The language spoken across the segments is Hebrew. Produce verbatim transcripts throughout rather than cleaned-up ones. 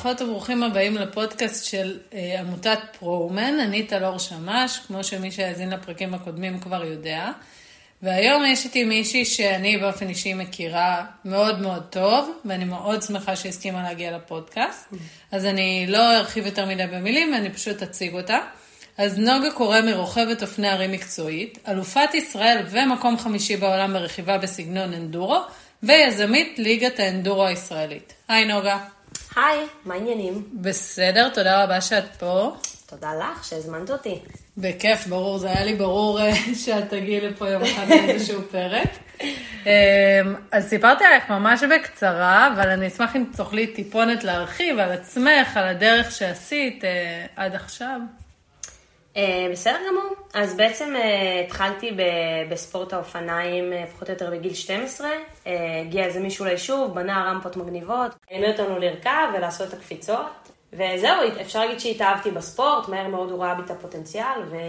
ברוכות וברוכים הבאים לפודקאסט של אה, עמותת פרו-אומן, אני טלור שמש, כמו שמי שהאזין לפרקים הקודמים כבר יודע. והיום יש איתי מישהי שאני באופן אישי מכירה מאוד מאוד טוב, ואני מאוד שמחה שהסכימה להגיע לפודקאסט. אז אני לא ארחיב יותר מדי במילים, אני פשוט אציג אותה. אז נוגה קורא מרוכבת אופני הרים מקצועית, אלופת ישראל ומקום חמישי בעולם ברכיבה בסגנון אנדורו, ויזמית ליגת האנדורו הישראלית. היי נוגה. היי, מה העניינים? בסדר, תודה רבה שאת פה. תודה לך שהזמנת אותי. בכיף, ברור, זה היה לי ברור שאת תגיעי לפה יום אחד באיזשהו פרק. אז סיפרתי עליך ממש בקצרה, אבל אני אשמח אם תוכלי טיפונת להרחיב על עצמך, על הדרך שעשית עד עכשיו. בסדר גמור. אז בעצם התחלתי בספורט האופניים פחות או יותר בגיל שתים עשרה. הגיע איזה מישהו ליישוב, בנה רמפות מגניבות, לימד אותנו לרכב ולעשות את הקפיצות. וזהו, אפשר להגיד שהתאהבתי בספורט, מהר מאוד הוא ראה בי את הפוטנציאל,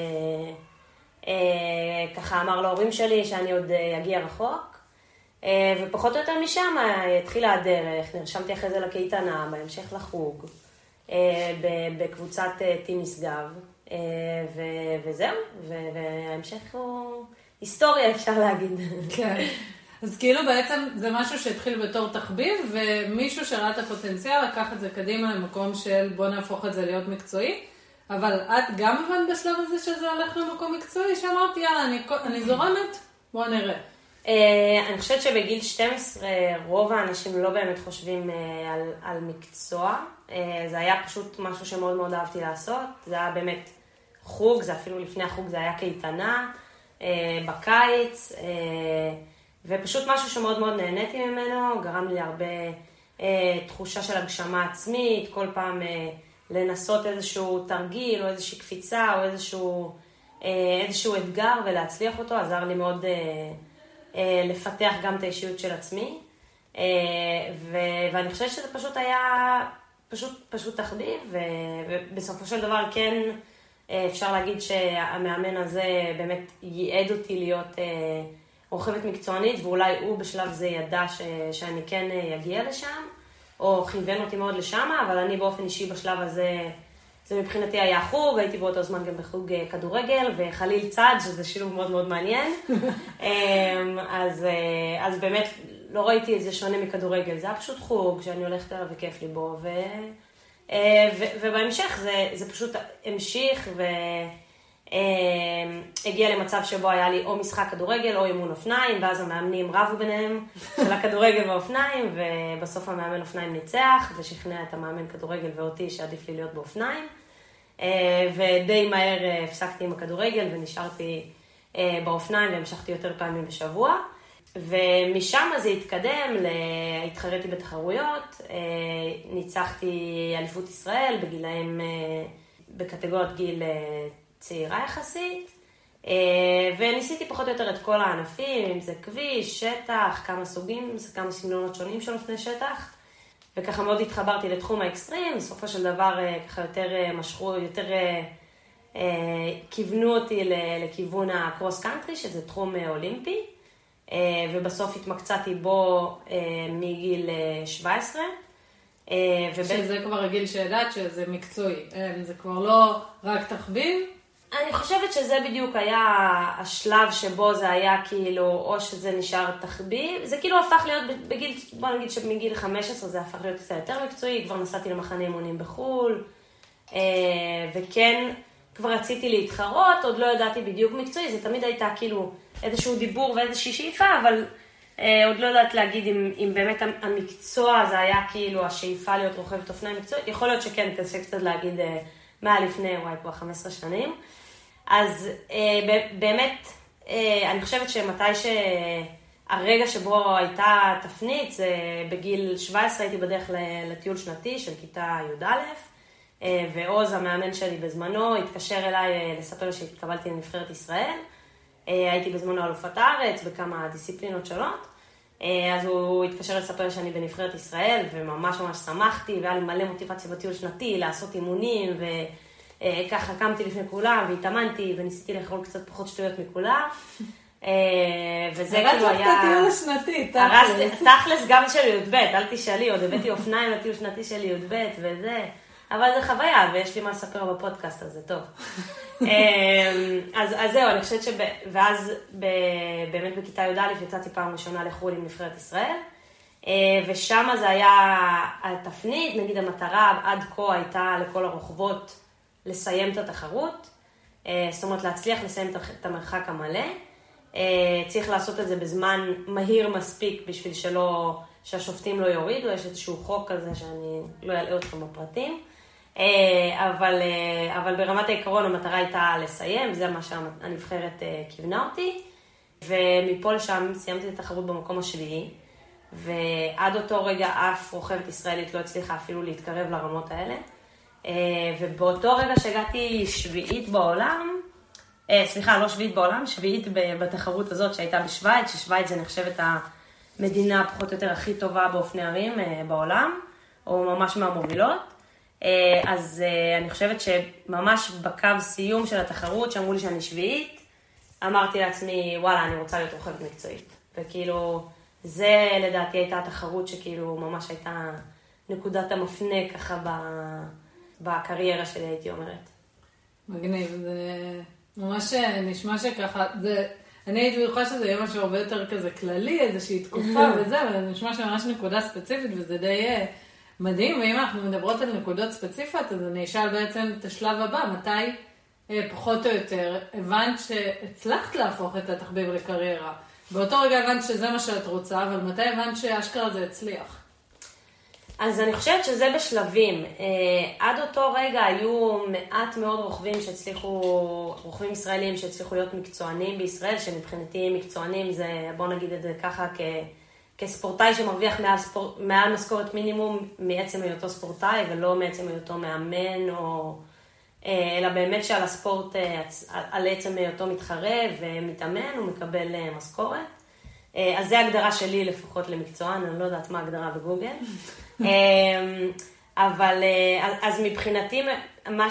וככה אמר להורים שלי שאני עוד אגיע רחוק. ופחות או יותר משם התחילה הדרך, נרשמתי אחרי זה לקייטנה, בהמשך לחוג, בקבוצת טים משגב. ו- וזהו, ו- וההמשך הוא היסטוריה, אפשר להגיד. כן. אז כאילו בעצם זה משהו שהתחיל בתור תחביב, ומישהו שראה את הפוטנציאל לקח את זה קדימה למקום של בוא נהפוך את זה להיות מקצועי, אבל את גם הבנת בשלב הזה שזה הולך למקום מקצועי, שאמרתי יאללה, אני, אני זורמת, בוא נראה. אני חושבת שבגיל שתים עשרה רוב האנשים לא באמת חושבים על, על מקצוע, זה היה פשוט משהו שמאוד מאוד אהבתי לעשות, זה היה באמת חוג, זה אפילו לפני החוג זה היה קייטנה, בקיץ, ופשוט משהו שמאוד מאוד נהניתי ממנו, גרם לי הרבה תחושה של הגשמה עצמית, כל פעם לנסות איזשהו תרגיל או איזושהי קפיצה או איזשהו, איזשהו אתגר ולהצליח אותו, עזר לי מאוד לפתח גם את האישיות של עצמי, ואני חושבת שזה פשוט היה פשוט, פשוט תחביב, ובסופו של דבר כן אפשר להגיד שהמאמן הזה באמת ייעד אותי להיות רוכבת מקצוענית, ואולי הוא בשלב זה ידע ש, שאני כן אגיע לשם, או כיוון אותי מאוד לשם, אבל אני באופן אישי בשלב הזה, זה מבחינתי היה חוג, הייתי באותו זמן גם בחוג כדורגל, וחליל צד, שזה שילוב מאוד מאוד מעניין. אז, אז באמת לא ראיתי את זה שונה מכדורגל, זה היה פשוט חוג שאני הולכת עליו וכיף לי בו, ו, ו, ובהמשך זה, זה פשוט המשיך, ו... הגיע למצב שבו היה לי או משחק כדורגל או אימון אופניים, ואז המאמנים רבו ביניהם של הכדורגל והאופניים, ובסוף המאמן אופניים ניצח ושכנע את המאמן כדורגל ואותי שעדיף לי להיות באופניים, ודי מהר הפסקתי עם הכדורגל ונשארתי באופניים והמשכתי יותר פעמים בשבוע, ומשם זה התקדם, התחרתי בתחרויות, ניצחתי אליפות ישראל בגילאים, בקטגוריית גיל צעירה יחסית, וניסיתי פחות או יותר את כל הענפים, אם זה כביש, שטח, כמה סוגים, כמה סגנונות שונים של אופני שטח, וככה מאוד התחברתי לתחום האקסטרים, בסופו של דבר ככה יותר משכו, יותר כיוונו אותי לכיוון הקרוס קאנטרי, שזה תחום אולימפי, ובסוף התמקצעתי בו מגיל שבע עשרה. שזה כבר הגיל שידעת שזה מקצועי, זה כבר לא רק תחביב. אני חושבת שזה בדיוק היה השלב שבו זה היה כאילו, או שזה נשאר תחביב, זה כאילו הפך להיות בגיל, בוא נגיד שמגיל חמש עשרה זה הפך להיות קצת יותר מקצועי, כבר נסעתי למחנה אימונים בחול, וכן, כבר רציתי להתחרות, עוד לא ידעתי בדיוק מקצועי, זה תמיד הייתה כאילו איזשהו דיבור ואיזושהי שאיפה, אבל עוד לא יודעת להגיד אם, אם באמת המקצוע זה היה כאילו השאיפה להיות רוכבת אופניים מקצועית, יכול להיות שכן, קשה קצת להגיד מה לפני, וואי, כבר חמש עשרה שנים. אז באמת, אני חושבת שמתי שהרגע שבו הייתה תפנית, זה בגיל שבע עשרה הייתי בדרך לטיול שנתי של כיתה י"א, ועוז המאמן שלי בזמנו התקשר אליי לספר שהתקבלתי לנבחרת ישראל. הייתי בזמנו אלופת הארץ בכמה דיסציפלינות שונות, אז הוא התקשר לספר שאני בנבחרת ישראל, וממש ממש שמחתי, והיה לי מלא מוטיבציה בטיול שנתי, לעשות אימונים, וככה קמתי לפני כולם, והתאמנתי, וניסיתי לאכול קצת פחות שטויות מכולם, וזה כאילו היה... הרסת את הטיול השנתי, תכלס. תכלס גם של י"ב, אל תשאלי, עוד הבאתי אופניים לטיול שנתי של י"ב וזה, אבל זה חוויה, ויש לי מה לספר בפודקאסט הזה, טוב. אז, אז זהו, אני חושבת ש... ואז באמת בכיתה י"א יצאתי פעם ראשונה לחו"ל עם נבחרת ישראל, ושם זה היה התפנית, נגיד המטרה עד כה הייתה לכל הרוכבות לסיים את התחרות, זאת אומרת להצליח לסיים את המרחק המלא, צריך לעשות את זה בזמן מהיר מספיק בשביל שלא, שהשופטים לא יורידו, יש איזשהו חוק כזה שאני לא אעלה אתכם בפרטים, אבל, אבל ברמת העיקרון המטרה הייתה לסיים, זה מה שהנבחרת כיוונה אותי, ומפה לשם סיימתי את התחרות במקום השביעי, ועד אותו רגע אף רוכבת ישראלית לא הצליחה אפילו להתקרב לרמות האלה, ובאותו רגע שהגעתי שביעית בעולם, סליחה, לא שביעית בעולם, שביעית בתחרות הזאת שהייתה בשוויץ, ששוויץ זה נחשבת המדינה פחות או יותר הכי טובה באופני ערים בעולם, או ממש מהמובילות. אז אני חושבת שממש בקו סיום של התחרות, שאמרו לי שאני שביעית, אמרתי לעצמי, וואלה, אני רוצה להיות רוכבת מקצועית. וכאילו, זה לדעתי הייתה התחרות שכאילו ממש הייתה נקודת המפנה ככה בקריירה שלי, הייתי אומרת. מגניב, זה ממש נשמע שככה, זה, אני הייתי בטוחה שזה יהיה משהו הרבה יותר כזה כללי, איזושהי תקופה וזה, אבל זה נשמע שממש נקודה ספציפית, וזה די מדהים, ואם אנחנו מדברות על נקודות ספציפיות, אז אני אשאל בעצם את השלב הבא, מתי פחות או יותר הבנת שהצלחת להפוך את התחביב לקריירה? באותו רגע הבנת שזה מה שאת רוצה, אבל מתי הבנת שאשכרה זה הצליח? אז אני חושבת שזה בשלבים. עד אותו רגע היו מעט מאוד רוכבים שהצליחו, רוכבים ישראלים שהצליחו להיות מקצוענים בישראל, שמבחינתי מקצוענים זה, בוא נגיד את זה ככה, כ, כספורטאי שמרוויח מעל, ספור, מעל משכורת מינימום מעצם היותו ספורטאי, ולא מעצם היותו מאמן, או, אלא באמת שעל הספורט, על עצם היותו מתחרה ומתאמן, הוא מקבל משכורת. אז זה ההגדרה שלי לפחות למקצוען, אני לא יודעת מה ההגדרה בגוגל. אבל אז מבחינתי, מה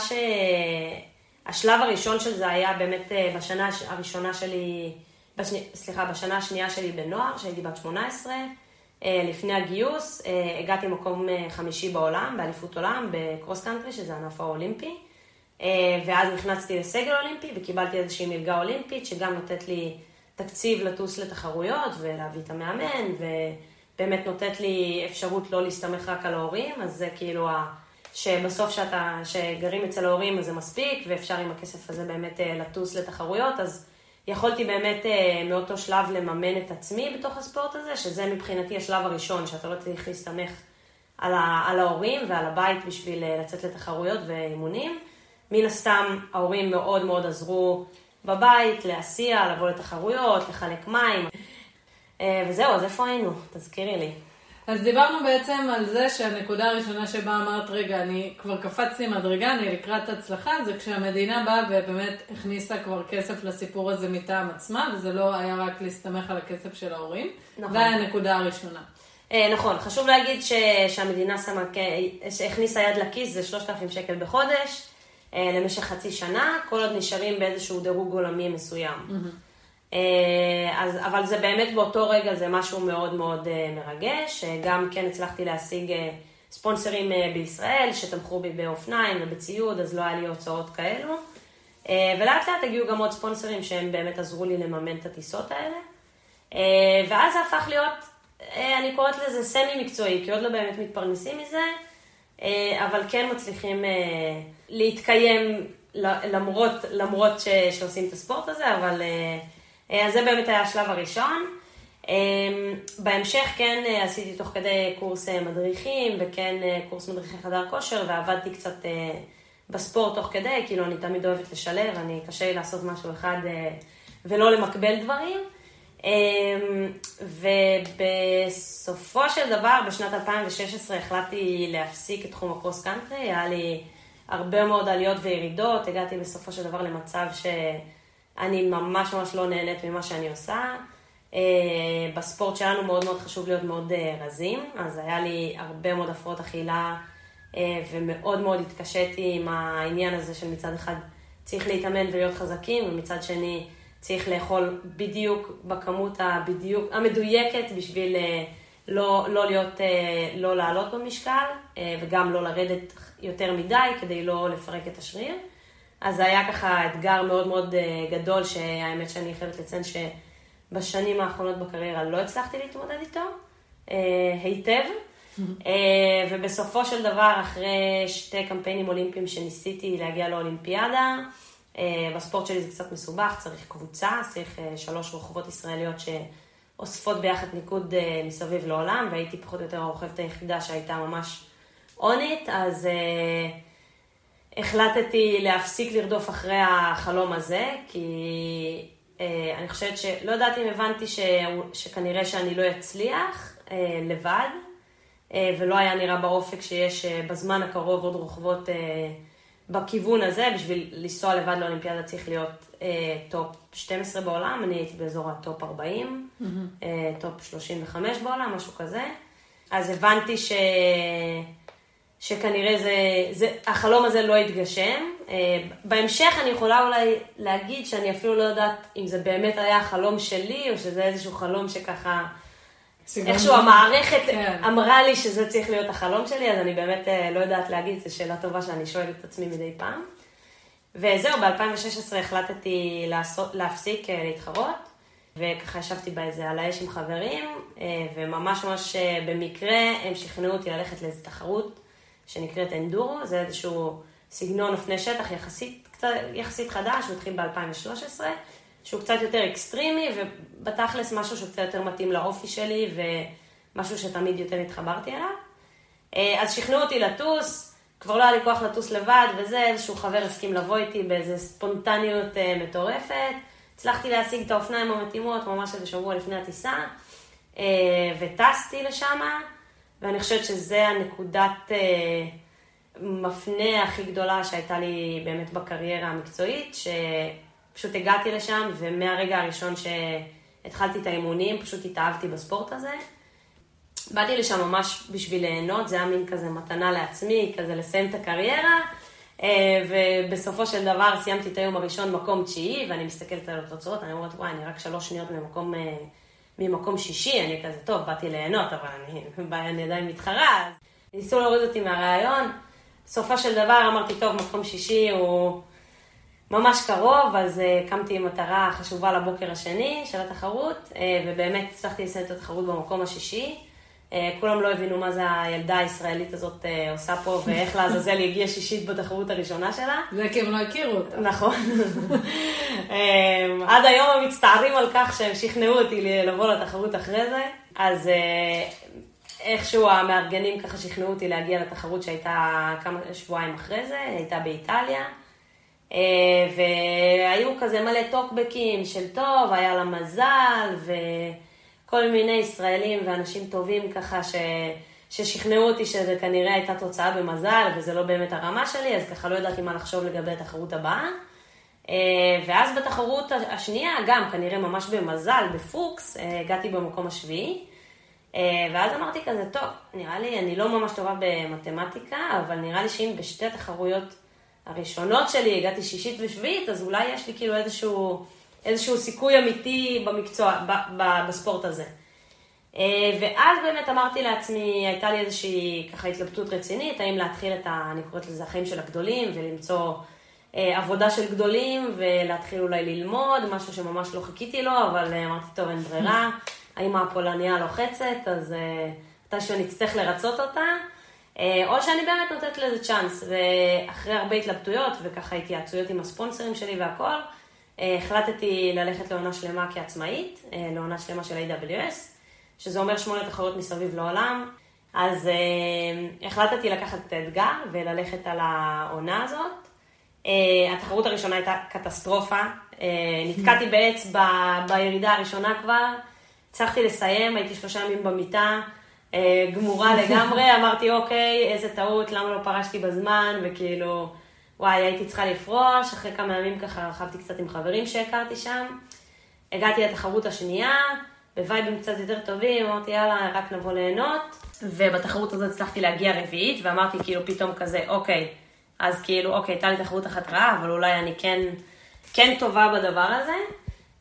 שהשלב הראשון של זה היה באמת בשנה הראשונה שלי, סליחה, בשנה השנייה שלי בנוער, שהייתי בת שמונה עשרה, לפני הגיוס, הגעתי מקום חמישי בעולם, באליפות עולם, בקרוס קאנטרי, שזה הענף האולימפי, ואז נכנסתי לסגל אולימפי וקיבלתי איזושהי מלגה אולימפית, שגם נותנת לי תקציב לטוס לתחרויות ולהביא את המאמן, ובאמת נותנת לי אפשרות לא להסתמך רק על ההורים, אז זה כאילו שבסוף שאתה, שגרים אצל ההורים אז זה מספיק, ואפשר עם הכסף הזה באמת לטוס לתחרויות, אז יכולתי באמת מאותו שלב לממן את עצמי בתוך הספורט הזה, שזה מבחינתי השלב הראשון, שאתה לא צריך להסתמך על, ה, על ההורים ועל הבית בשביל לצאת לתחרויות ואימונים. מן הסתם ההורים מאוד מאוד עזרו בבית, להסיע, לבוא לתחרויות, לחלק מים. וזהו, אז איפה היינו? תזכירי לי. אז דיברנו בעצם על זה שהנקודה הראשונה שבה אמרת, רגע, אני כבר קפצתי מדרגה, אני לקראת הצלחה, זה כשהמדינה באה ובאמת הכניסה כבר כסף לסיפור הזה מטעם עצמה, וזה לא היה רק להסתמך על הכסף של ההורים. נכון. זה היה הנקודה הראשונה. נכון, חשוב להגיד שהמדינה שמה, שהכניסה יד לכיס, זה שלושת אלפים שקל בחודש, למשך חצי שנה, כל עוד נשארים באיזשהו דירוג עולמי מסוים. Mm-hmm. אז, אבל זה באמת באותו רגע זה משהו מאוד מאוד מרגש, גם כן הצלחתי להשיג ספונסרים בישראל, שתמכו בי באופניים ובציוד, אז לא היה לי הוצאות כאלו, ולאט לאט הגיעו גם עוד ספונסרים שהם באמת עזרו לי לממן את הטיסות האלה, ואז זה הפך להיות, אני קוראת לזה סמי מקצועי, כי עוד לא באמת מתפרנסים מזה, אבל כן מצליחים להתקיים למרות, למרות ש, שעושים את הספורט הזה, אבל אז זה באמת היה השלב הראשון. בהמשך כן עשיתי תוך כדי קורס מדריכים, וכן קורס מדריכי חדר כושר, ועבדתי קצת בספורט תוך כדי, כאילו אני תמיד אוהבת לשלב, אני קשה לי לעשות משהו אחד ולא למקבל דברים. ובסופו של דבר, בשנת אלפיים ושש עשרה החלטתי להפסיק את תחום הקרוס קאנטרי, היה לי הרבה מאוד עליות וירידות, הגעתי בסופו של דבר למצב שאני ממש ממש לא נהנית ממה שאני עושה. בספורט שלנו מאוד מאוד חשוב להיות מאוד רזים, אז היה לי הרבה מאוד הפרעות אכילה, ומאוד מאוד התקשיתי עם העניין הזה של מצד אחד צריך להתאמן ולהיות חזקים, ומצד שני צריך לאכול בדיוק בכמות הבדיוק, המדויקת בשביל לא, לא להיות, לא לעלות במשקל, וגם לא לרדת יותר מדי כדי לא לפרק את השריר. אז זה היה ככה אתגר מאוד מאוד גדול, שהאמת שאני חייבת לציין שבשנים האחרונות בקריירה לא הצלחתי להתמודד איתו, היטב. ובסופו של דבר, אחרי שתי קמפיינים אולימפיים שניסיתי להגיע לאולימפיאדה, בספורט שלי זה קצת מסובך, צריך קבוצה, צריך שלוש רוכבות ישראליות שאוספות ביחד ניקוד מסביב לעולם, והייתי פחות או יותר הרוכבת היחידה שהייתה ממש אונית, אז החלטתי להפסיק לרדוף אחרי החלום הזה, כי אני חושבת שלא יודעת אם הבנתי ש... שכנראה שאני לא אצליח לבד, ולא היה נראה באופק שיש בזמן הקרוב עוד רוכבות בכיוון הזה. בשביל לנסוע לבד לאולימפיאדה צריך להיות טופ שתים עשרה בעולם, אני הייתי באזור הטופ ארבעים, mm-hmm. טופ שלושים וחמש בעולם, משהו כזה. אז הבנתי ש... שכנראה זה, זה, החלום הזה לא יתגשם. בהמשך אני יכולה אולי להגיד שאני אפילו לא יודעת אם זה באמת היה החלום שלי, או שזה איזשהו חלום שככה, איכשהו המערכת כן. אמרה לי שזה צריך להיות החלום שלי, אז אני באמת לא יודעת להגיד, זו שאלה טובה שאני שואלת את עצמי מדי פעם. וזהו, ב-אלפיים ושש עשרה החלטתי לעשות, להפסיק להתחרות, וככה ישבתי באיזה על האש עם חברים, וממש ממש במקרה הם שכנעו אותי ללכת לאיזו תחרות, שנקראת אנדורו, זה איזשהו סגנון אופני שטח יחסית, קצת, יחסית חדש, הוא התחיל ב-אלפיים ושלוש עשרה, שהוא קצת יותר אקסטרימי, ובתכלס משהו שקצת יותר מתאים לאופי שלי, ומשהו שתמיד יותר התחברתי אליו. אז שכנעו אותי לטוס, כבר לא היה לי כוח לטוס לבד, וזה איזשהו חבר הסכים לבוא איתי באיזו ספונטניות מטורפת. הצלחתי להשיג את האופניים המתאימות, ממש איזה שבוע לפני הטיסה, וטסתי לשם, ואני חושבת שזה הנקודת מפנה הכי גדולה שהייתה לי באמת בקריירה המקצועית, שפשוט הגעתי לשם, ומהרגע הראשון שהתחלתי את האימונים, פשוט התאהבתי בספורט הזה. באתי לשם ממש בשביל ליהנות, זה היה מין כזה מתנה לעצמי, כזה לסיים את הקריירה, ובסופו של דבר סיימתי את היום הראשון מקום תשיעי, ואני מסתכלת על התוצאות, אני אומרת, וואי, אני רק שלוש שניות ממקום... ממקום שישי, אני כזה טוב, באתי ליהנות, אבל אני, אני עדיין מתחרה. ניסו להוריד אותי מהרעיון. בסופו של דבר אמרתי, טוב, מקום שישי הוא ממש קרוב, אז קמתי עם מטרה חשובה לבוקר השני של התחרות, ובאמת הצלחתי לסיים את התחרות במקום השישי. כולם לא הבינו מה זה הילדה הישראלית הזאת עושה פה, ואיך לעזאזל היא הגיעה שישית בתחרות הראשונה שלה. זה כי הם לא הכירו אותה. נכון. עד היום הם מצטערים על כך שהם שכנעו אותי לבוא לתחרות אחרי זה, אז איכשהו המארגנים ככה שכנעו אותי להגיע לתחרות שהייתה כמה שבועיים אחרי זה, הייתה באיטליה, והיו כזה מלא טוקבקים של טוב, היה לה מזל, ו... כל מיני ישראלים ואנשים טובים ככה ש... ששכנעו אותי שזה כנראה הייתה תוצאה במזל, וזה לא באמת הרמה שלי, אז ככה לא ידעתי מה לחשוב לגבי התחרות הבאה. ואז בתחרות השנייה, גם כנראה ממש במזל, בפוקס, הגעתי במקום השביעי. ואז אמרתי כזה, טוב, נראה לי, אני לא ממש טובה במתמטיקה, אבל נראה לי שאם בשתי תחרויות הראשונות שלי הגעתי שישית ושביעית, אז אולי יש לי כאילו איזשהו... איזשהו סיכוי אמיתי במקצוע, ב, ב, בספורט הזה. ואז באמת אמרתי לעצמי, הייתה לי איזושהי ככה התלבטות רצינית, האם להתחיל את ה, אני קוראת לזה החיים של הגדולים, ולמצוא עבודה של גדולים, ולהתחיל אולי ללמוד, משהו שממש לא חיכיתי לו, אבל אמרתי, טוב, אין ברירה, האמא הפולניה לוחצת, אז מתישהו אני אצטרך לרצות אותה, או שאני באמת נותנת לזה צ'אנס, ואחרי הרבה התלבטויות, וככה התייעצויות עם הספונסרים שלי והכל, החלטתי ללכת לעונה שלמה כעצמאית, לעונה שלמה של איי דאבליו אס, שזה אומר שמונה תחרות מסביב לעולם. אז החלטתי לקחת את האתגר וללכת על העונה הזאת. התחרות הראשונה הייתה קטסטרופה, נתקעתי בעץ בירידה הראשונה כבר, הצלחתי לסיים, הייתי שלושה ימים במיטה, גמורה לגמרי, אמרתי אוקיי, איזה טעות, למה לא פרשתי בזמן, וכאילו... וואי, הייתי צריכה לפרוש, אחרי כמה ימים ככה רכבתי קצת עם חברים שהכרתי שם. הגעתי לתחרות השנייה, בווייבים קצת יותר טובים, אמרתי יאללה, רק נבוא ליהנות. ובתחרות הזאת הצלחתי להגיע רביעית, ואמרתי כאילו פתאום כזה, אוקיי, אז כאילו, אוקיי, הייתה לי תחרות אחת רעה, אבל אולי אני כן, כן טובה בדבר הזה.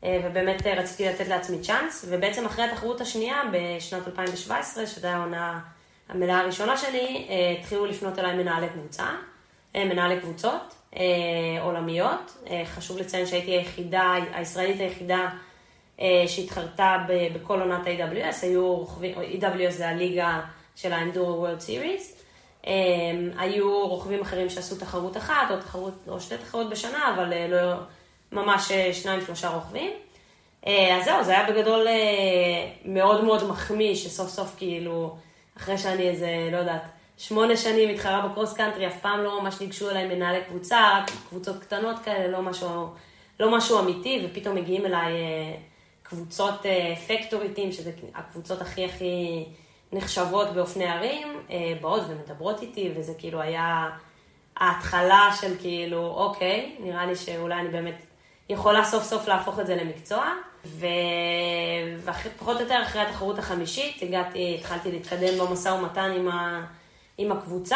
ובאמת רציתי לתת לעצמי צ'אנס, ובעצם אחרי התחרות השנייה, בשנת אלפיים שבע עשרה, שזו העונה המלאה הראשונה שלי, התחילו לפנות אליי מנהלי קבוצה, מנהלי קבוצות עולמיות. חשוב לציין שהייתי היחידה, הישראלית היחידה שהתחרתה בכל עונת ה-איי דאבליו אס, היו רוכבים, איי דאבליו אס זה הליגה של האנדורו וורלד סיריס, היו רוכבים אחרים שעשו תחרות אחת או, תחרות, או שתי תחרות בשנה, אבל לא ממש שניים שלושה רוכבים. אז זהו, זה היה בגדול מאוד מאוד מחמיא, שסוף סוף כאילו, אחרי שאני איזה, לא יודעת, שמונה שנים מתחרה בקרוס קאנטרי, אף פעם לא ממש ניגשו אליי מנהלי קבוצה, רק קבוצות קטנות כאלה, לא משהו, לא משהו אמיתי, ופתאום מגיעים אליי קבוצות פקטוריטים, שזה הקבוצות הכי הכי נחשבות באופני ערים, באות ומדברות איתי, וזה כאילו היה ההתחלה של כאילו, אוקיי, נראה לי שאולי אני באמת יכולה סוף סוף להפוך את זה למקצוע, ופחות או יותר אחרי התחרות החמישית, הגעתי, התחלתי להתקדם במשא ומתן עם ה... עם הקבוצה,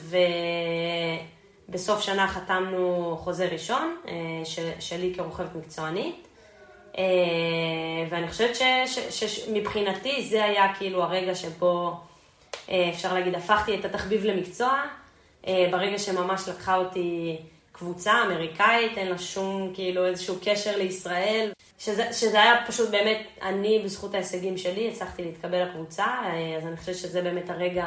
ובסוף שנה חתמנו חוזה ראשון, של, שלי כרוכבת מקצוענית, ואני חושבת שמבחינתי זה היה כאילו הרגע שבו, אפשר להגיד, הפכתי את התחביב למקצוע, ברגע שממש לקחה אותי קבוצה אמריקאית, אין לה שום כאילו איזשהו קשר לישראל, שזה, שזה היה פשוט באמת, אני בזכות ההישגים שלי, הצלחתי להתקבל לקבוצה, אז אני חושבת שזה באמת הרגע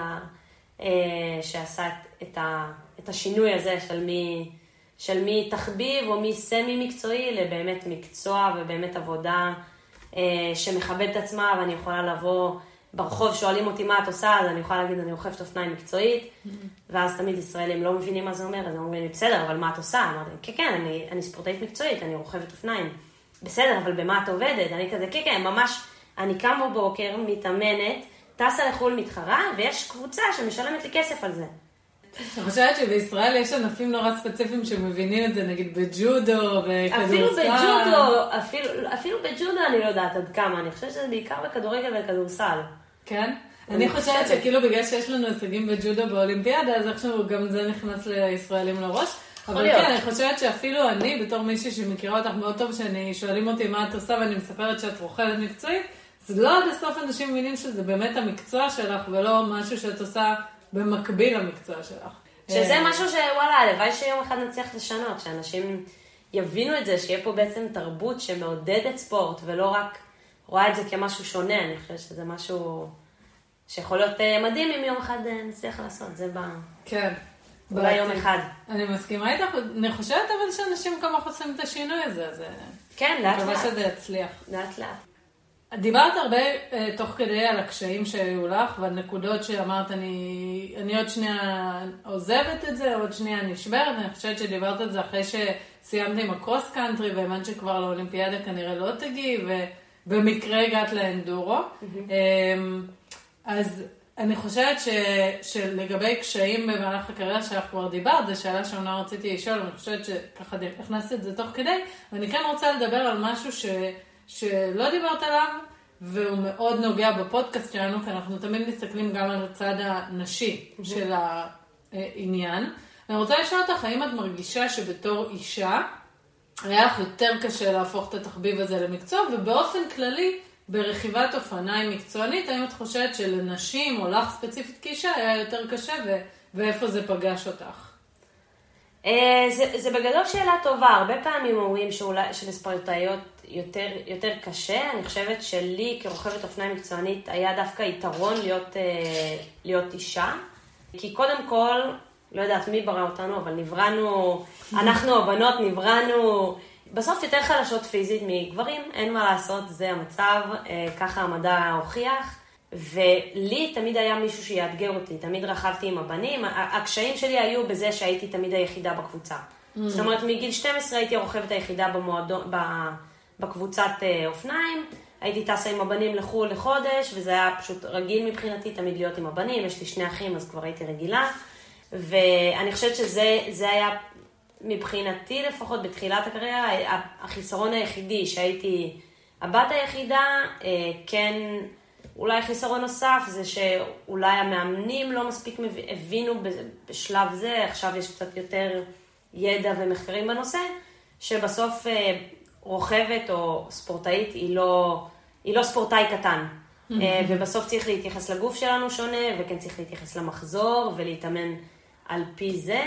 שעשה את, ה, את השינוי הזה של מי, של מי תחביב או מי סמי מקצועי לבאמת מקצוע ובאמת עבודה שמכבד את עצמה, ואני יכולה לבוא ברחוב, שואלים אותי מה את עושה, אז אני יכולה להגיד אני רוכבת אופניים מקצועית, mm-hmm. ואז תמיד ישראלים לא מבינים מה זה אומר, אז הם אומרים לי בסדר, אבל מה את עושה? אמרתי, כן, כן, אני, אני ספורטאית מקצועית, אני רוכבת אופניים. בסדר, אבל במה את עובדת? אני כזה, כן, כן, ממש, אני קמה בבוקר, מתאמנת, טסה לחול מתחרה, ויש קבוצה שמשלמת לי כסף על זה. אני חושבת שבישראל יש ענפים נורא ספציפיים שמבינים את זה, נגיד בג'ודו, בכדורסל. אפילו בג'ודו, אפילו, אפילו בג'ודו אני לא יודעת עד כמה, אני חושבת שזה בעיקר בכדורגל וכדורסל. כן? אני חושבת שכאילו בגלל שיש לנו הישגים בג'ודו באולימפיאדה, אז איכשהו גם זה נכנס לישראלים לראש. אבל כן, אני חושבת שאפילו אני, בתור מישהי שמכירה אותך מאוד טוב, שאני שואלים אותי מה את עושה, ואני מספרת שאת רוכבת מקצועית, אז לא עד הסוף אנשים מבינים שזה באמת המקצוע שלך, ולא משהו שאת עושה במקביל למקצוע שלך. שזה משהו שוואלה, הלוואי שיום אחד נצליח לשנות, שאנשים יבינו את זה, שיהיה פה בעצם תרבות שמעודדת ספורט, ולא רק רואה את זה כמשהו שונה. אני חושבת שזה משהו שיכול להיות מדהים אם יום אחד נצליח לעשות. זה בא... כן. אולי יום אחד. אני מסכימה איתך, אני חושבת אבל שאנשים כמה עושים את השינוי הזה, אז... כן, לאט לאט. אני חושבת שזה יצליח. לאט לאט. דיברת הרבה תוך כדי על הקשיים שהיו לך, ועל נקודות שאמרת, אני, אני עוד שנייה עוזבת את זה, עוד שנייה נשברת, אני חושבת שדיברת את זה אחרי שסיימת עם הקרוס קאנטרי, והאמת שכבר לאולימפיאדה כנראה לא תגיעי, ובמקרה הגעת לאנדורו. Mm-hmm. אז אני חושבת ש, שלגבי קשיים במהלך הקריירה שלך כבר דיברת, זו שאלה שעונה רציתי לשאול, אני חושבת שככה הכנסת את זה תוך כדי, ואני כן רוצה לדבר על משהו ש... שלא דיברת עליו, והוא מאוד נוגע בפודקאסט שלנו, כי אנחנו תמיד מסתכלים גם על הצד הנשי של העניין. אני רוצה לשאול אותך, האם את מרגישה שבתור אישה, היה לך יותר קשה להפוך את התחביב הזה למקצוע, ובאופן כללי, ברכיבת אופניים מקצוענית, האם את חושבת שלנשים, או לך ספציפית כאישה, היה יותר קשה, ו- ואיפה זה פגש אותך? זה, זה בגדול שאלה טובה. הרבה פעמים אומרים שאולי, שלספורטאיות יותר, יותר קשה. אני חושבת שלי כרוכבת אופניים מקצוענית היה דווקא יתרון להיות, להיות אישה. כי קודם כל, לא יודעת מי ברא אותנו, אבל נבראנו, אנחנו הבנות נבראנו בסוף יותר חלשות פיזית מגברים. אין מה לעשות, זה המצב, ככה המדע הוכיח. ולי תמיד היה מישהו שיאתגר אותי, תמיד רכבתי עם הבנים, הקשיים שלי היו בזה שהייתי תמיד היחידה בקבוצה. Mm. זאת אומרת, מגיל שתים עשרה הייתי הרוכבת היחידה במועדון, בקבוצת אופניים, הייתי טסה עם הבנים לחול לחודש, וזה היה פשוט רגיל מבחינתי תמיד להיות עם הבנים, יש לי שני אחים אז כבר הייתי רגילה, ואני חושבת שזה זה היה מבחינתי לפחות בתחילת הקריירה, החיסרון היחידי שהייתי הבת היחידה, כן... אולי חיסרון נוסף זה שאולי המאמנים לא מספיק הבינו בשלב זה, עכשיו יש קצת יותר ידע ומחקרים בנושא, שבסוף רוכבת או ספורטאית היא לא, היא לא ספורטאי קטן. Mm-hmm. ובסוף צריך להתייחס לגוף שלנו שונה, וכן צריך להתייחס למחזור ולהתאמן על פי זה,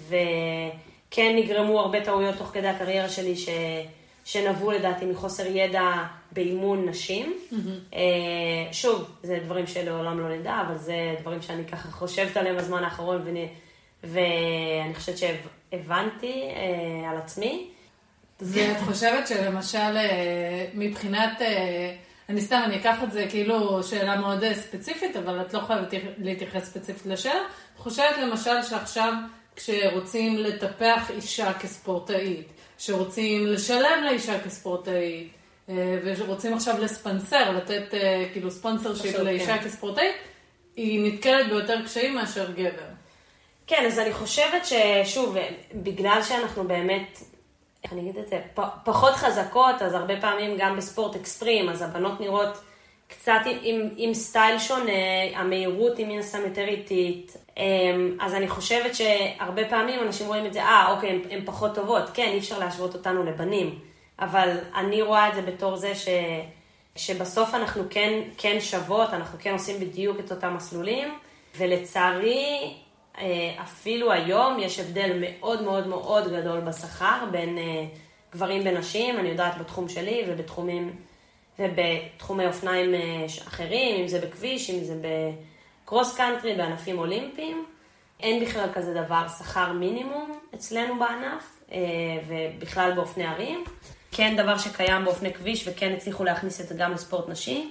וכן נגרמו הרבה טעויות תוך כדי הקריירה שלי ש... שנבעו לדעתי מחוסר ידע באימון נשים. Mm-hmm. שוב, זה דברים שלעולם לא נדע, אבל זה דברים שאני ככה חושבת עליהם בזמן האחרון, ואני, ואני חושבת שהבנתי על עצמי. ואת חושבת שלמשל, מבחינת, אני סתם, אני אקח את זה כאילו שאלה מאוד ספציפית, אבל את לא חייבת להתייחס ספציפית לשאלה. את חושבת למשל שעכשיו כשרוצים לטפח אישה כספורטאית, שרוצים לשלם לאישה כספורטאית, ורוצים עכשיו לספנסר, לתת כאילו ספונסר שיפ לאישה כספורטאית, היא נתקלת ביותר קשיים מאשר גבר. כן, אז אני חושבת ששוב, בגלל שאנחנו באמת, איך אני אגיד את זה, פחות חזקות, אז הרבה פעמים גם בספורט אקסטרים, אז הבנות נראות קצת עם, עם סטייל שונה, המהירות היא מן הסתם יותר איטית, אז אני חושבת שהרבה פעמים אנשים רואים את זה, אה, אוקיי, הן, הן פחות טובות, כן, אי אפשר להשוות אותנו לבנים, אבל אני רואה את זה בתור זה ש, שבסוף אנחנו כן, כן שוות, אנחנו כן עושים בדיוק את אותם מסלולים, ולצערי, אפילו היום יש הבדל מאוד מאוד מאוד גדול בשכר בין גברים ונשים, אני יודעת בתחום שלי ובתחומים, ובתחומי אופניים אחרים, אם זה בכביש, אם זה בקרוס קאנטרי, בענפים אולימפיים. אין בכלל כזה דבר שכר מינימום אצלנו בענף, ובכלל באופני ערים. כן דבר שקיים באופני כביש, וכן הצליחו להכניס את זה גם לספורט נשי,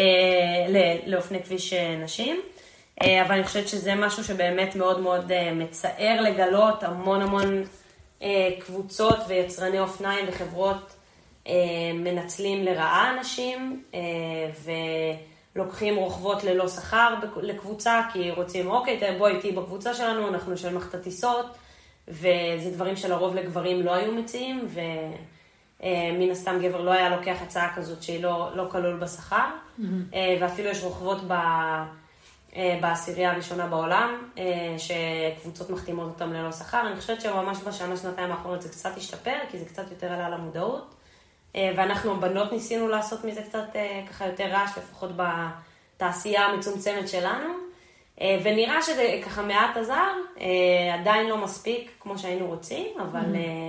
לאופני כביש נשים. אבל אני חושבת שזה משהו שבאמת מאוד מאוד מצער לגלות, המון המון קבוצות ויצרני אופניים וחברות מנצלים לרעה אנשים, ולוקחים רוכבות ללא שכר לקבוצה, כי רוצים, אוקיי, בואי איתי בקבוצה שלנו, אנחנו נשלם לך את הטיסות, וזה דברים שלרוב לגברים לא היו מציעים, ומן הסתם גבר לא היה לוקח הצעה כזאת שהיא לא, לא כלול בשכר, mm-hmm. ואפילו יש רוכבות ב... בעשירייה הראשונה בעולם, שקבוצות מחתימות אותם ללא שכר. אני חושבת שממש בשנה, שנתיים האחרונות זה קצת השתפר, כי זה קצת יותר עלה למודעות. ואנחנו בנות ניסינו לעשות מזה קצת ככה יותר רעש, לפחות בתעשייה המצומצמת שלנו. ונראה שזה ככה מעט עזר, עדיין לא מספיק כמו שהיינו רוצים, אבל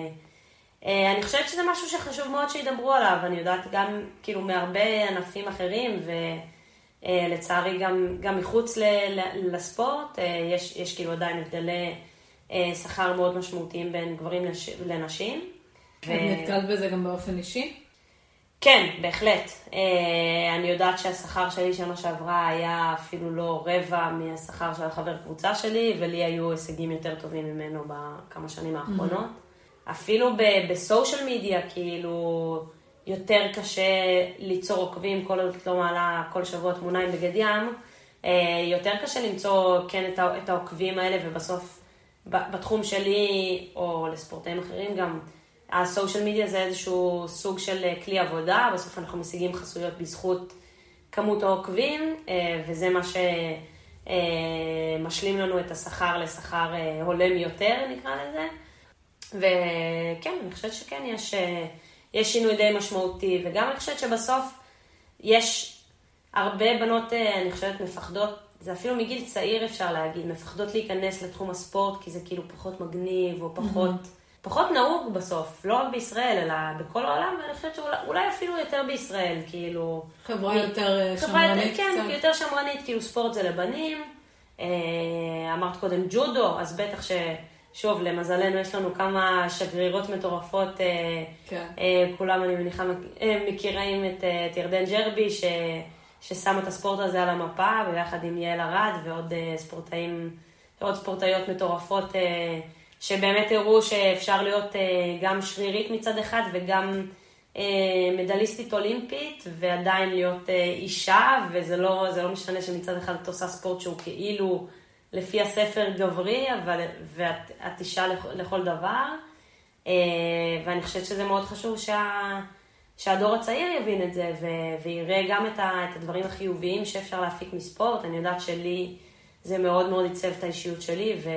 אני חושבת שזה משהו שחשוב מאוד שידברו עליו. אני יודעת גם כאילו מהרבה ענפים אחרים, ו... לצערי גם, גם מחוץ ל, ל, לספורט, יש, יש כאילו עדיין הבדלי שכר מאוד משמעותיים בין גברים לש, לנשים. את ו... נתקלת בזה גם באופן אישי? כן, בהחלט. אני יודעת שהשכר שלי שנה שעברה היה אפילו לא רבע מהשכר של החבר קבוצה שלי, ולי היו הישגים יותר טובים ממנו בכמה שנים האחרונות. Mm-hmm. אפילו בסושיאל מדיה, כאילו... יותר קשה ליצור עוקבים, כל עוד לא מעלה כל שבוע תמונה עם בגד ים, יותר קשה למצוא כן את העוקבים האלה, ובסוף בתחום שלי, או לספורטאים אחרים גם, הסושיאל מדיה זה איזשהו סוג של כלי עבודה, בסוף אנחנו משיגים חסויות בזכות כמות העוקבים, וזה מה שמשלים לנו את השכר לשכר הולם יותר, נקרא לזה. וכן, אני חושבת שכן יש... יש שינוי די משמעותי, וגם אני חושבת שבסוף יש הרבה בנות, אני חושבת, מפחדות, זה אפילו מגיל צעיר אפשר להגיד, מפחדות להיכנס לתחום הספורט, כי זה כאילו פחות מגניב, או פחות, mm-hmm. פחות נהוג בסוף, לא רק בישראל, אלא בכל העולם, ואני חושבת שאולי אפילו יותר בישראל, כאילו... חברה יותר חברה שמרנית יותר, כן, קצת. יותר שמרנית, כאילו ספורט זה לבנים, אמרת קודם ג'ודו, אז בטח ש... שוב, למזלנו יש לנו כמה שגרירות מטורפות, כן. כולם אני מניחה מכירים את, את ירדן ג'רבי, ש, ששם את הספורט הזה על המפה, ביחד עם יעל ארד ועוד ספורטאים, ועוד ספורטאיות מטורפות, שבאמת הראו שאפשר להיות גם שרירית מצד אחד, וגם מדליסטית אולימפית, ועדיין להיות אישה, וזה לא, זה לא משנה שמצד אחד את עושה ספורט שהוא כאילו, לפי הספר גברי, אבל, ואת אישה לכל דבר, ואני חושבת שזה מאוד חשוב שה, שהדור הצעיר יבין את זה, ו, ויראה גם את, ה, את הדברים החיוביים שאפשר להפיק מספורט. אני יודעת שלי זה מאוד מאוד ייצב את האישיות שלי, ו,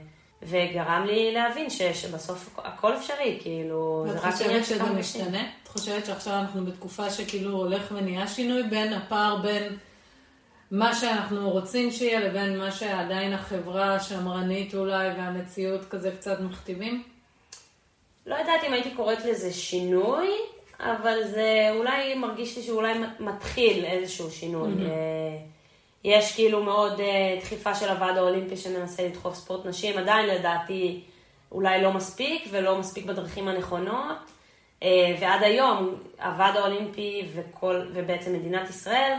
וגרם לי להבין ש, שבסוף הכל אפשרי, כאילו, זה רק עניין שגם משתנה. את חושבת שעכשיו אנחנו בתקופה שכאילו הולך ונהיה שינוי בין הפער בין מה שאנחנו רוצים שיהיה לבין מה שעדיין החברה השמרנית אולי והמציאות כזה קצת מכתיבים? לא יודעת אם הייתי קוראת לזה שינוי, אבל זה אולי מרגיש לי שאולי מתחיל איזשהו שינוי. Mm-hmm. יש כאילו מאוד דחיפה של הוועד האולימפי שמנסה לדחוף ספורט נשים, עדיין לדעתי אולי לא מספיק ולא מספיק בדרכים הנכונות. ועד היום הוועד האולימפי וכל, ובעצם מדינת ישראל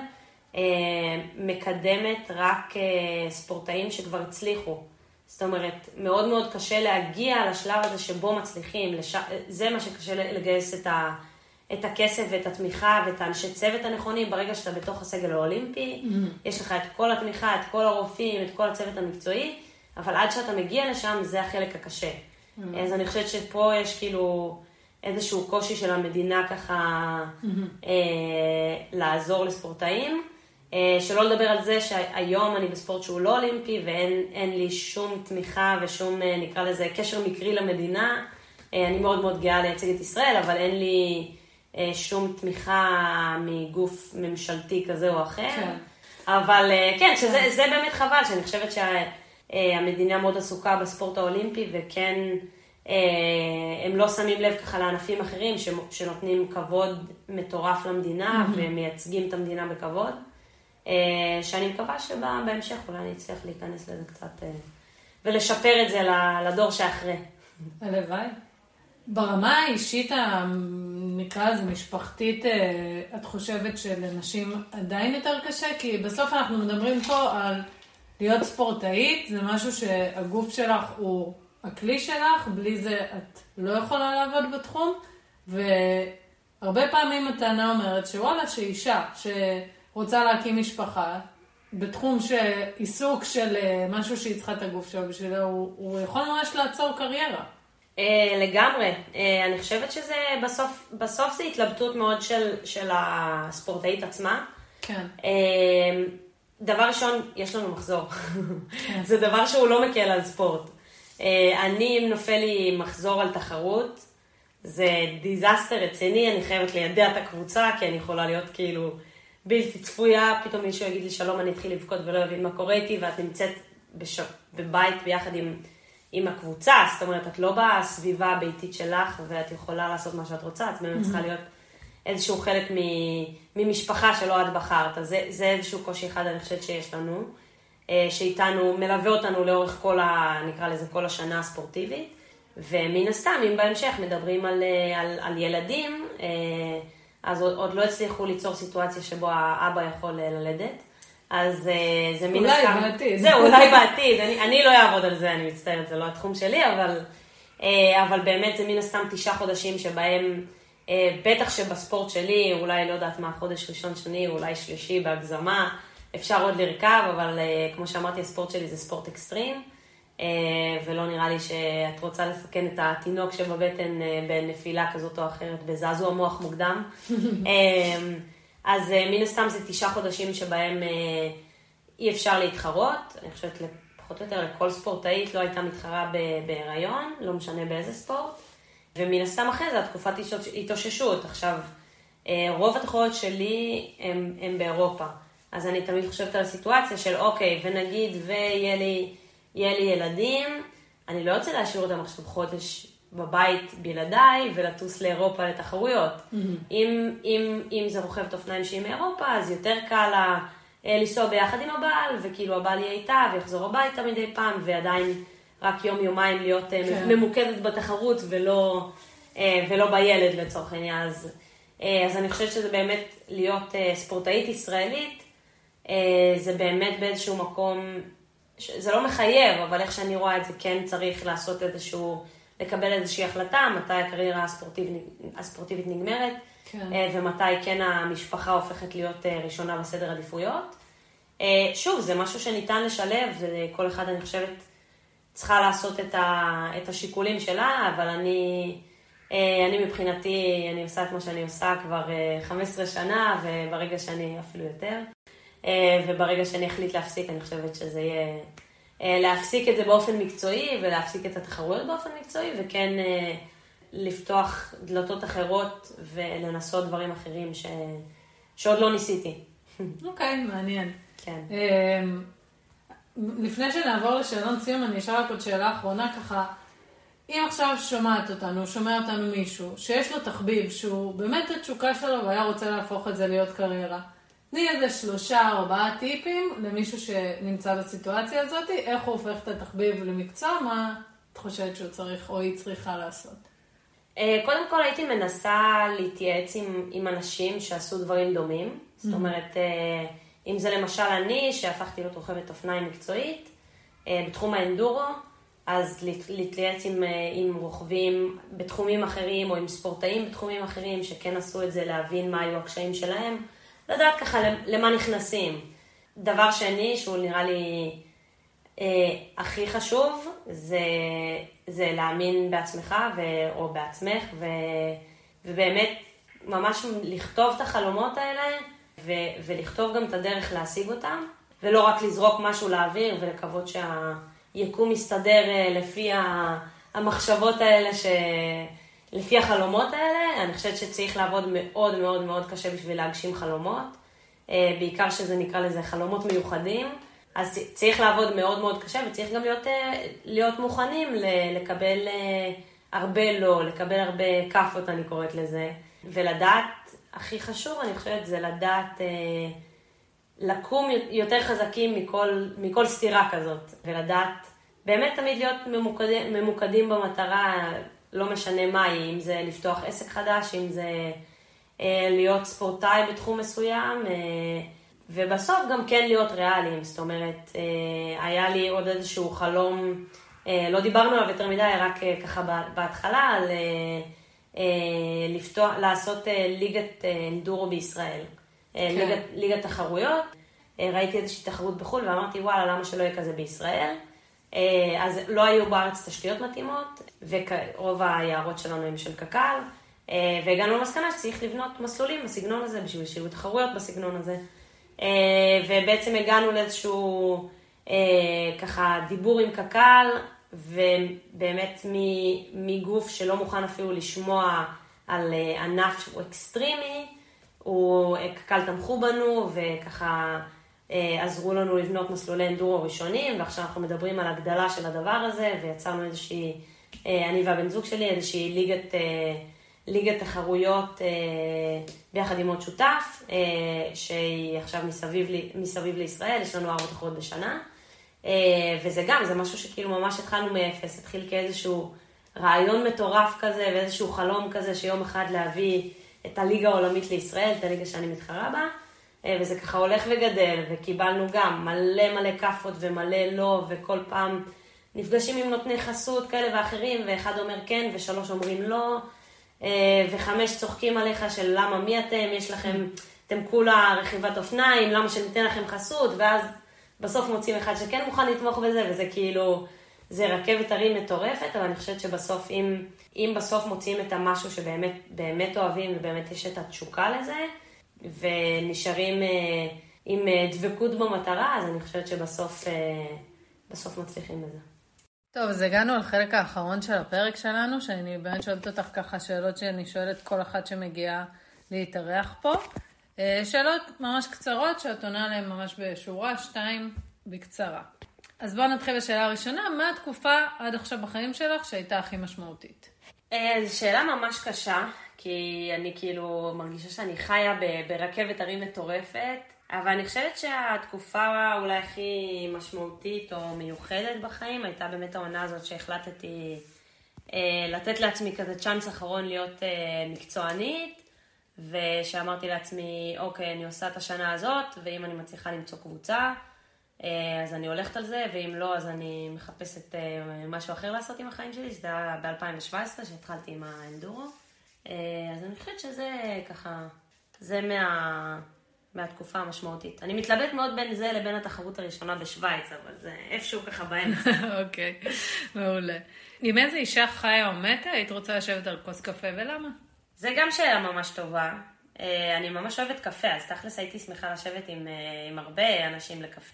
מקדמת רק ספורטאים שכבר הצליחו. זאת אומרת, מאוד מאוד קשה להגיע לשלב הזה שבו מצליחים. לש... זה מה שקשה לגייס את, ה... את הכסף ואת התמיכה ואת האנשי צוות הנכונים. ברגע שאתה בתוך הסגל האולימפי, mm-hmm. יש לך את כל התמיכה, את כל הרופאים, את כל הצוות המקצועי, אבל עד שאתה מגיע לשם, זה החלק הקשה. Mm-hmm. אז אני חושבת שפה יש כאילו איזשהו קושי של המדינה ככה mm-hmm. אה, לעזור לספורטאים. שלא לדבר על זה שהיום אני בספורט שהוא לא אולימפי ואין לי שום תמיכה ושום, נקרא לזה, קשר מקרי למדינה. אני מאוד מאוד גאה לייצג את ישראל, אבל אין לי שום תמיכה מגוף ממשלתי כזה או אחר. כן. אבל כן, שזה זה באמת חבל, שאני חושבת שהמדינה מאוד עסוקה בספורט האולימפי, וכן הם לא שמים לב ככה לענפים אחרים שנותנים כבוד מטורף למדינה ומייצגים את המדינה בכבוד. שאני מקווה שבהמשך אולי אני אצליח להיכנס לזה קצת ולשפר את זה לדור שאחרי. הלוואי. ברמה האישית, נקרא לזה משפחתית, את חושבת שלנשים עדיין יותר קשה? כי בסוף אנחנו מדברים פה על להיות ספורטאית, זה משהו שהגוף שלך הוא הכלי שלך, בלי זה את לא יכולה לעבוד בתחום, והרבה פעמים הטענה אומרת שוואלה, שאישה, ש... רוצה להקים משפחה, בתחום שעיסוק של משהו שהיא צריכה את הגוף שלו בשבילה, הוא, הוא יכול ממש לעצור קריירה. לגמרי. אני חושבת שזה בסוף, בסוף זה התלבטות מאוד של, של הספורטאית עצמה. כן. דבר ראשון, יש לנו מחזור. כן. זה דבר שהוא לא מקל על ספורט. אני, אם נופל לי מחזור על תחרות, זה דיזסטר רציני, אני חייבת לידע את הקבוצה, כי אני יכולה להיות כאילו בלתי צפויה, פתאום מישהו יגיד לי שלום, אני אתחיל לבכות ולא יבין מה קורה איתי, ואת נמצאת בש... בבית ביחד עם, עם הקבוצה, זאת אומרת, את לא בסביבה הביתית שלך, ואת יכולה לעשות מה שאת רוצה, את באמת צריכה להיות איזשהו חלק ממשפחה שלא את בחרת, אז זה, זה איזשהו קושי אחד, אני חושבת שיש לנו, שאיתנו, מלווה אותנו לאורך כל ה... נקרא לזה כל השנה הספורטיבית, ומן הסתם, אם בהמשך מדברים על, על, על ילדים, אז עוד, עוד לא הצליחו ליצור סיטואציה שבו האבא יכול ללדת, אז זה מן הסתם... אולי בעתיד. זהו, אולי בעתיד. אני, אני לא אעבוד על זה, אני מצטערת, זה לא התחום שלי, אבל, אבל באמת זה מן הסתם תשעה חודשים שבהם, בטח שבספורט שלי, אולי לא יודעת מה, חודש ראשון שני, אולי שלישי בהגזמה, אפשר עוד לרכב, אבל כמו שאמרתי, הספורט שלי זה ספורט אקסטרים, ולא נראה לי שאת רוצה לסכן את התינוק שבבטן בנפילה כזאת או אחרת, בזעזוע מוח מוקדם. אז מן הסתם זה תשעה חודשים שבהם אי אפשר להתחרות. אני חושבת פחות או יותר לכל ספורטאית לא הייתה מתחרה בהיריון, לא משנה באיזה ספורט. ומן הסתם אחרי זה התקופת התאוששות. עכשיו, רוב התחרויות שלי הם, הם באירופה. אז אני תמיד חושבת על הסיטואציה של אוקיי, ונגיד ויהיה לי... יהיה לי ילדים, אני לא רוצה להשאיר אותם עכשיו חודש בבית בלעדיי ולטוס לאירופה לתחרויות. Mm-hmm. אם, אם, אם זה רוכבת אופניים שהיא מאירופה, אז יותר קל לה לנסוע ביחד עם הבעל, וכאילו הבעל יהיה איתה ויחזור הביתה מדי פעם, ועדיין רק יום יומיים להיות כן. ממוקדת בתחרות ולא, ולא בילד לצורך העניין. אז, אז אני חושבת שזה באמת להיות ספורטאית ישראלית, זה באמת באיזשהו מקום... זה לא מחייב, אבל איך שאני רואה את זה, כן צריך לעשות איזשהו, לקבל איזושהי החלטה, מתי הקריירה הספורטיבית, הספורטיבית נגמרת, כן. ומתי כן המשפחה הופכת להיות ראשונה בסדר עדיפויות. שוב, זה משהו שניתן לשלב, וכל אחד, אני חושבת, צריכה לעשות את, ה, את השיקולים שלה, אבל אני, אני מבחינתי, אני עושה את מה שאני עושה כבר חמש עשרה שנה, וברגע שאני אפילו יותר. וברגע שאני אחליט להפסיק, אני חושבת שזה יהיה להפסיק את זה באופן מקצועי, ולהפסיק את התחרויות באופן מקצועי, וכן לפתוח דלתות אחרות ולנסות דברים אחרים ש... שעוד לא ניסיתי. אוקיי, מעניין. כן. לפני שנעבור לשאלון סיום, אני אשאל רק עוד שאלה אחרונה ככה. אם עכשיו שומעת אותנו, שומע אותנו מישהו, שיש לו תחביב שהוא באמת התשוקה שלו והיה רוצה להפוך את זה להיות קריירה, תני איזה שלושה, ארבעה טיפים למישהו שנמצא בסיטואציה הזאת, איך הוא הופך את התחביב למקצוע, מה את חושבת שהוא צריך או היא צריכה לעשות? קודם כל הייתי מנסה להתייעץ עם, עם אנשים שעשו דברים דומים. זאת אומרת, אם זה למשל אני, שהפכתי להיות רוכבת אופניים מקצועית, בתחום האנדורו, אז להתייעץ עם, עם רוכבים בתחומים אחרים, או עם ספורטאים בתחומים אחרים, שכן עשו את זה, להבין מה היו הקשיים שלהם, לדעת ככה למה נכנסים. דבר שני, שהוא נראה לי אה, הכי חשוב, זה, זה להאמין בעצמך ו, או בעצמך, ו, ובאמת ממש לכתוב את החלומות האלה, ו, ולכתוב גם את הדרך להשיג אותם, ולא רק לזרוק משהו לאוויר ולקוות שהיקום יסתדר לפי המחשבות האלה, ש... לפי החלומות האלה. אני חושבת שצריך לעבוד מאוד מאוד מאוד קשה בשביל להגשים חלומות, בעיקר שזה נקרא לזה חלומות מיוחדים, אז צריך לעבוד מאוד מאוד קשה, וצריך גם להיות, להיות מוכנים לקבל הרבה לא, לקבל הרבה כפות, אני קוראת לזה, ולדעת, הכי חשוב אני חושבת, זה לדעת לקום יותר חזקים מכל, מכל סתירה כזאת, ולדעת באמת תמיד להיות ממוקדים, ממוקדים במטרה, לא משנה מה היא, אם זה לפתוח עסק חדש, אם זה אה, להיות ספורטאי בתחום מסוים, אה, ובסוף גם כן להיות ריאליים. זאת אומרת, אה, היה לי עוד איזשהו חלום, אה, לא דיברנו עליו יותר מדי, רק אה, ככה בהתחלה, על אה, אה, לפתוח, לעשות אה, ליגת אה, אנדורו בישראל, אה, כן. ליגת, ליגת תחרויות. אה, ראיתי איזושהי תחרות בחול ואמרתי, וואלה, למה שלא יהיה כזה בישראל? אז לא היו בארץ תשתיות מתאימות, ורוב היערות שלנו הם של קק"ל, והגענו למסקנה שצריך לבנות מסלולים בסגנון הזה, בשביל שיהיו תחרויות בסגנון הזה, ובעצם הגענו לאיזשהו ככה דיבור עם קק"ל, ובאמת מגוף שלא מוכן אפילו לשמוע על ענף שהוא אקסטרימי, קק"ל תמכו בנו וככה עזרו לנו לבנות מסלולי אנדורו ראשונים, ועכשיו אנחנו מדברים על הגדלה של הדבר הזה, ויצרנו איזושהי, אני והבן זוג שלי, איזושהי ליגת, ליגת תחרויות ביחד עם עוד שותף, שהיא עכשיו מסביב, מסביב לישראל, יש לנו ארבע תחרויות בשנה, וזה גם, זה משהו שכאילו ממש התחלנו מאפס, התחיל כאיזשהו רעיון מטורף כזה, ואיזשהו חלום כזה, שיום אחד להביא את הליגה העולמית לישראל, את הליגה שאני מתחרה בה, וזה ככה הולך וגדל, וקיבלנו גם מלא מלא כפות ומלא לא, וכל פעם נפגשים עם נותני חסות כאלה ואחרים, ואחד אומר כן ושלוש אומרים לא, וחמש צוחקים עליך של למה מי אתם, יש לכם, אתם כולה רכיבת אופניים, למה שניתן לכם חסות, ואז בסוף מוצאים אחד שכן מוכן לתמוך בזה, וזה כאילו, זה רכבת הרים מטורפת, אבל אני חושבת שבסוף, אם, אם בסוף מוצאים את המשהו שבאמת באמת אוהבים, ובאמת יש את התשוקה לזה, ונשארים עם דבקות במטרה, אז אני חושבת שבסוף בסוף מצליחים בזה. טוב, אז הגענו לחלק האחרון של הפרק שלנו, שאני באמת שואלת אותך ככה שאלות שאני שואלת כל אחת שמגיעה להתארח פה. שאלות ממש קצרות שאת עונה עליהן ממש בשורה, שתיים בקצרה. אז בואו נתחיל בשאלה הראשונה, מה התקופה עד עכשיו בחיים שלך שהייתה הכי משמעותית? זו שאלה ממש קשה, כי אני כאילו מרגישה שאני חיה ברכבת הרים מטורפת, אבל אני חושבת שהתקופה אולי הכי משמעותית או מיוחדת בחיים הייתה באמת העונה הזאת שהחלטתי אה, לתת לעצמי כזה צ'אנס אחרון להיות אה, מקצוענית, ושאמרתי לעצמי, אוקיי, אני עושה את השנה הזאת, ואם אני מצליחה למצוא קבוצה, אה, אז אני הולכת על זה, ואם לא, אז אני מחפשת אה, משהו אחר לעשות עם החיים שלי, שזה היה ב-אלפיים שבע עשרה שהתחלתי עם האנדורו. אז אני חושבת שזה ככה, זה מה, מהתקופה המשמעותית. אני מתלבט מאוד בין זה לבין התחרות הראשונה בשוויץ, אבל זה איפשהו ככה באמצע. אוקיי, מעולה. עם איזה אישה חיה או מתה, היית רוצה לשבת על כוס קפה ולמה? זה גם שאלה ממש טובה. אני ממש אוהבת קפה, אז תכלס הייתי שמחה לשבת עם, עם הרבה אנשים לקפה.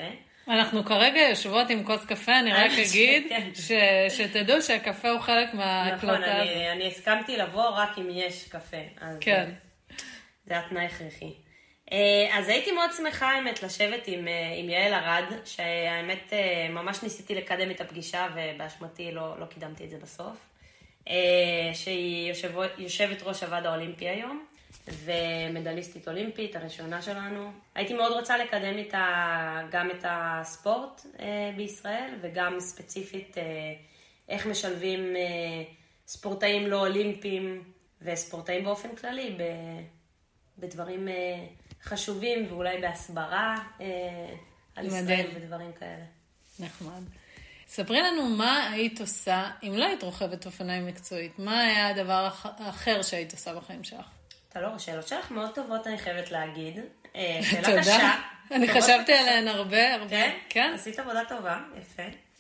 אנחנו כרגע יושבות עם כוס קפה, אני רק אגיד שתדעו שהקפה הוא חלק מהקלטה. נכון, אני הסכמתי לבוא רק אם יש קפה. כן. זה התנאי הכרחי. אז הייתי מאוד שמחה האמת לשבת עם, עם יעל ארד, שהאמת ממש ניסיתי לקדם את הפגישה ובאשמתי לא, לא קידמתי את זה בסוף. שהיא יושב, יושבת ראש הוועד האולימפי היום, ומדליסטית אולימפית, הראשונה שלנו. הייתי מאוד רוצה לקדם איתה גם את הספורט בישראל, וגם ספציפית איך משלבים ספורטאים לא אולימפיים וספורטאים באופן כללי בדברים חשובים, ואולי בהסברה על ישראל ודברים כאלה. נחמד. ספרי לנו מה היית עושה אם לא היית רוכבת אופניים מקצועית. מה היה הדבר האחר שהיית עושה בחיים שלך? אתה לא, השאלות שלך מאוד טובות, אני חייבת להגיד. שאלה קשה. אני חשבתי עליהן הרבה, הרבה. כן? כן. עשית עבודה טובה, יפה.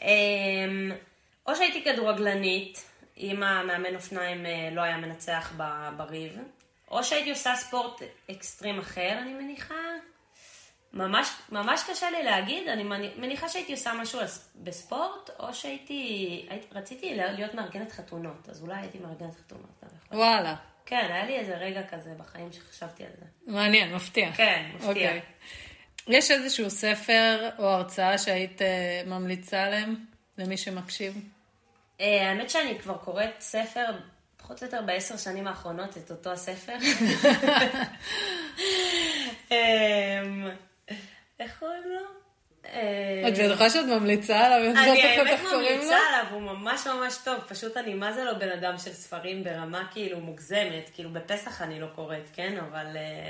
או שהייתי כדורגלנית, אם המאמן אופניים לא היה מנצח בריב, או שהייתי עושה ספורט אקסטרים אחר, אני מניחה. ממש, ממש קשה לי להגיד, אני מניחה שהייתי עושה משהו בספורט, או שהייתי, רציתי להיות מארגנת חתונות, אז אולי הייתי מארגנת חתונות. וואלה. כן, היה לי איזה רגע כזה בחיים שחשבתי על זה. מעניין, מפתיע. כן, מפתיע. Okay. יש איזשהו ספר או הרצאה שהיית ממליצה עליהם, למי שמקשיב? האמת שאני כבר קוראת ספר, פחות או יותר בעשר שנים האחרונות, את אותו הספר. איך קוראים לו? את בטוחה שאת ממליצה עליו? אני האמת ממליצה עליו, הוא ממש ממש טוב, פשוט אני, מה זה לא בן אדם של ספרים ברמה כאילו מוגזמת, כאילו בפסח אני לא קוראת, כן? אבל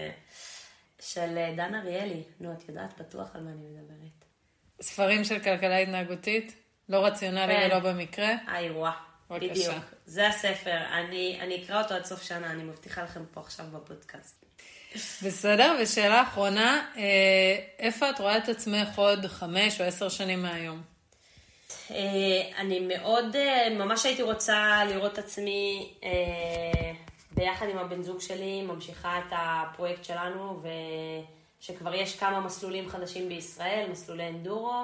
של דן אריאלי, נו, את יודעת בטוח על מה אני מדברת. ספרים של כלכלה התנהגותית? לא רציונלי ולא במקרה? איי, וואה, בדיוק. זה הספר, אני אקרא אותו עד סוף שנה, אני מבטיחה לכם פה עכשיו בפודקאסט. בסדר, ושאלה אחרונה, איפה את רואה את עצמך עוד חמש או עשר שנים מהיום? אני מאוד, ממש הייתי רוצה לראות את עצמי ביחד עם הבן זוג שלי, ממשיכה את הפרויקט שלנו, ושכבר יש כמה מסלולים חדשים בישראל, מסלולי אנדורו,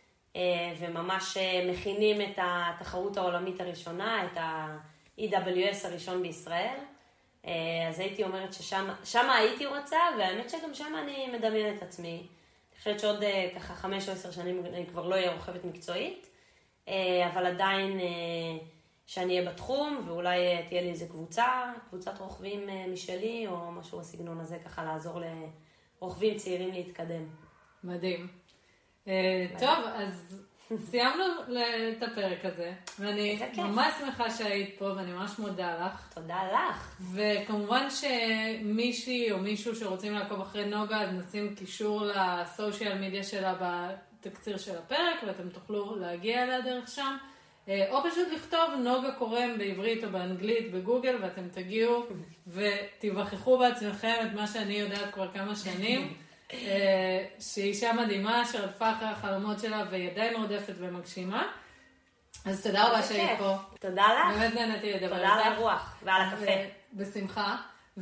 וממש מכינים את התחרות העולמית הראשונה, את ה-אי דאבליו אס הראשון בישראל. אז הייתי אומרת ששם הייתי רוצה, והאמת שגם שם אני מדמיינת את עצמי. אני חושבת שעוד ככה חמש או עשר שנים אני כבר לא אהיה רוכבת מקצועית, אבל עדיין שאני אהיה בתחום, ואולי תהיה לי איזה קבוצה, קבוצת רוכבים משלי, או משהו בסגנון הזה, ככה לעזור לרוכבים צעירים להתקדם. מדהים. טוב, אז סיימנו את הפרק הזה, ואני ממש שמחה שהיית פה, ואני ממש מודה לך. תודה לך. וכמובן שמישהי או מישהו שרוצים לעקוב אחרי נוגה, אז נשים קישור לסושיאל מדיה שלה בתקציר של הפרק, ואתם תוכלו להגיע אליה דרך שם, או פשוט לכתוב נוגה קורם בעברית או באנגלית בגוגל, ואתם תגיעו ותיווכחו בעצמכם את מה שאני יודעת כבר כמה שנים, שהיא אישה מדהימה שרדפה אחרי החלומות שלה וידיים מעודפת ומגשימה. אז תודה רבה שהיית פה. תודה לך. באמת נהניתי לדבר איתך. תודה על הרוח ועל הקפה. בשמחה.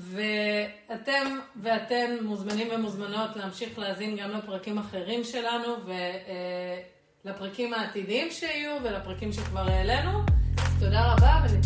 ואתם ואתן מוזמנים ומוזמנות להמשיך להאזין גם לפרקים אחרים שלנו ולפרקים העתידיים שיהיו ולפרקים שכבר העלינו. אז תודה רבה.